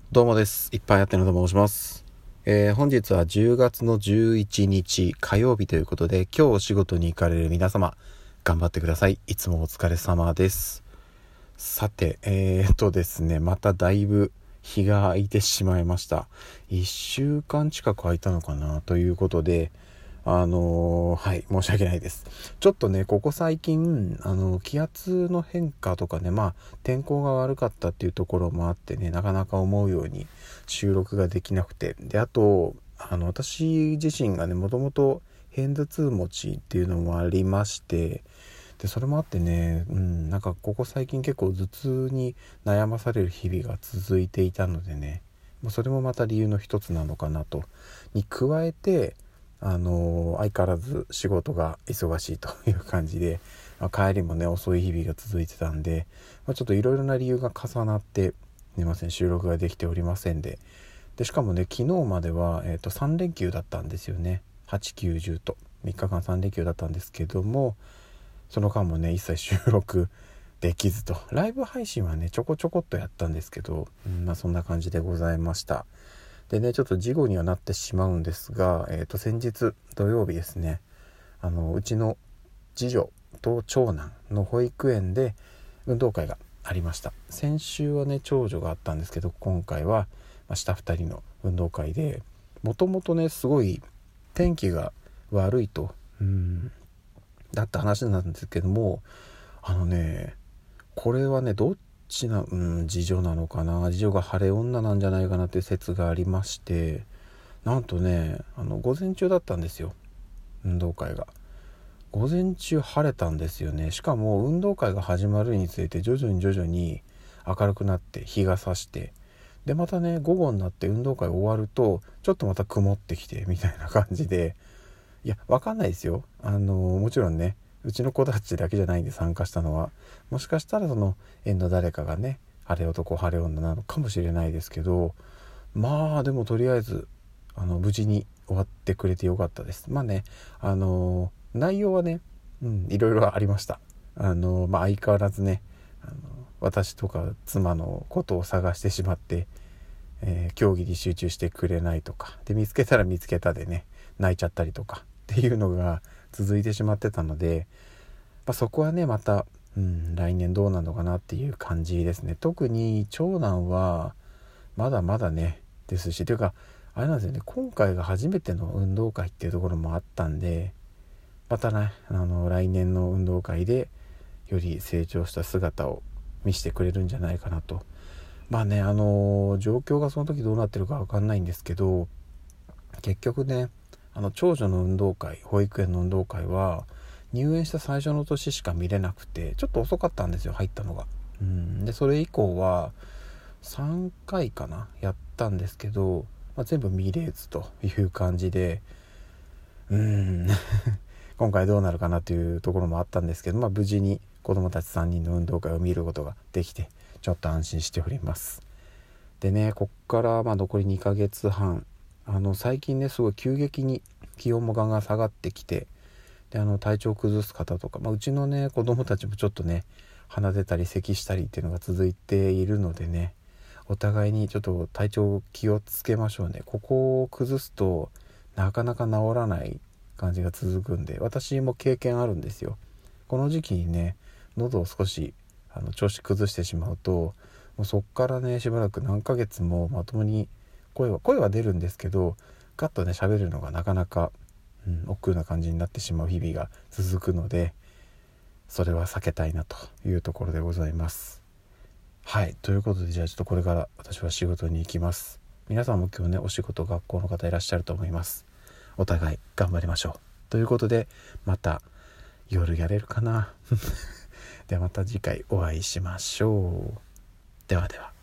どうもです。いっぱいあってのと申します。本日は10月の11日火曜日ということで、今日お仕事に行かれる皆様、頑張ってください。いつもお疲れ様です。さて、ですね、まただいぶ日が空いてしまいました。1週間近く空いたのかなということで、はい申し訳ないです。ちょっとねここ最近気圧の変化とかね、天候が悪かったっていうところもあってね、なかなか思うように収録ができなくて、であと私自身がねもともと片頭痛持ちっていうのもありまして、でそれもあってね、なんかここ最近結構頭痛に悩まされる日々が続いていたのでね、それもまた理由の一つなのかなとに加えて、相変わらず仕事が忙しいという感じで、帰りもね遅い日々が続いてたんで、ちょっといろいろな理由が重なってすいません、収録ができておりませんで、しかもね昨日までは、3連休だったんですよね。8、9、10と3日間3連休だったんですけども、その間もね一切収録できずと、ライブ配信はねちょこちょこっとやったんですけど、そんな感じでございました。でねちょっと事後にはなってしまうんですが、先日土曜日ですね、うちの次女と長男の保育園で運動会がありました。先週はね長女があったんですけど、今回は下2人の運動会で、もともとねすごい天気が悪いとだった話なんですけども、これはねどっちな、次女なのかな、次女が晴れ女なんじゃないかなっていう説がありまして、なんとね午前中だったんですよ、運動会が。午前中晴れたんですよね。しかも運動会が始まるにつれて徐々に明るくなって日が差して、でまたね午後になって運動会終わるとちょっとまた曇ってきてみたいな感じで、いやわかんないですよ。もちろんねうちの子たちだけじゃないんで参加したのは、もしかしたらその園の誰かがね晴れ男晴れ女なのかもしれないですけど、でもとりあえず無事に終わってくれてよかったです。内容はね、いろいろありました。相変わらずね私とか妻のことを探してしまって、競技に集中してくれないとかで、見つけたら見つけたでね泣いちゃったりとかっていうのが続いてしまってたので、そこはねまた、来年どうなのかなっていう感じですね。特に長男はまだまだねですし、というかあれなんですよね、今回が初めての運動会っていうところもあったんで、またね来年の運動会でより成長した姿を見せてくれるんじゃないかなと。状況がその時どうなってるか分かんないんですけど、結局ね長女の運動会、保育園の運動会は入園した最初の年しか見れなくて、ちょっと遅かったんですよ入ったのが。でそれ以降は3回かなやったんですけど、全部見れずという感じで、今回どうなるかなというところもあったんですけど、無事に子どもたち3人の運動会を見ることができてちょっと安心しております。でねこっから残り2ヶ月半、最近ねすごい急激に気温もガンガン下がってきて、で体調を崩す方とか、うちのね子供たちもちょっとね鼻出たり咳したりっていうのが続いているのでね、お互いにちょっと体調を気をつけましょうね。ここを崩すとなかなか治らない感じが続くんで、私も経験あるんですよ。この時期にね喉を少し調子崩してしまうと、もうそっからねしばらく何ヶ月もまともに声は出るんですけど、ガッとね喋るのがなかなか、億劫な感じになってしまう日々が続くので、それは避けたいなというところでございます。はい、ということでじゃあちょっとこれから私は仕事に行きます。皆さんも今日ねお仕事学校の方いらっしゃると思います。お互い頑張りましょうということで、また夜やれるかなではまた次回お会いしましょう。ではでは。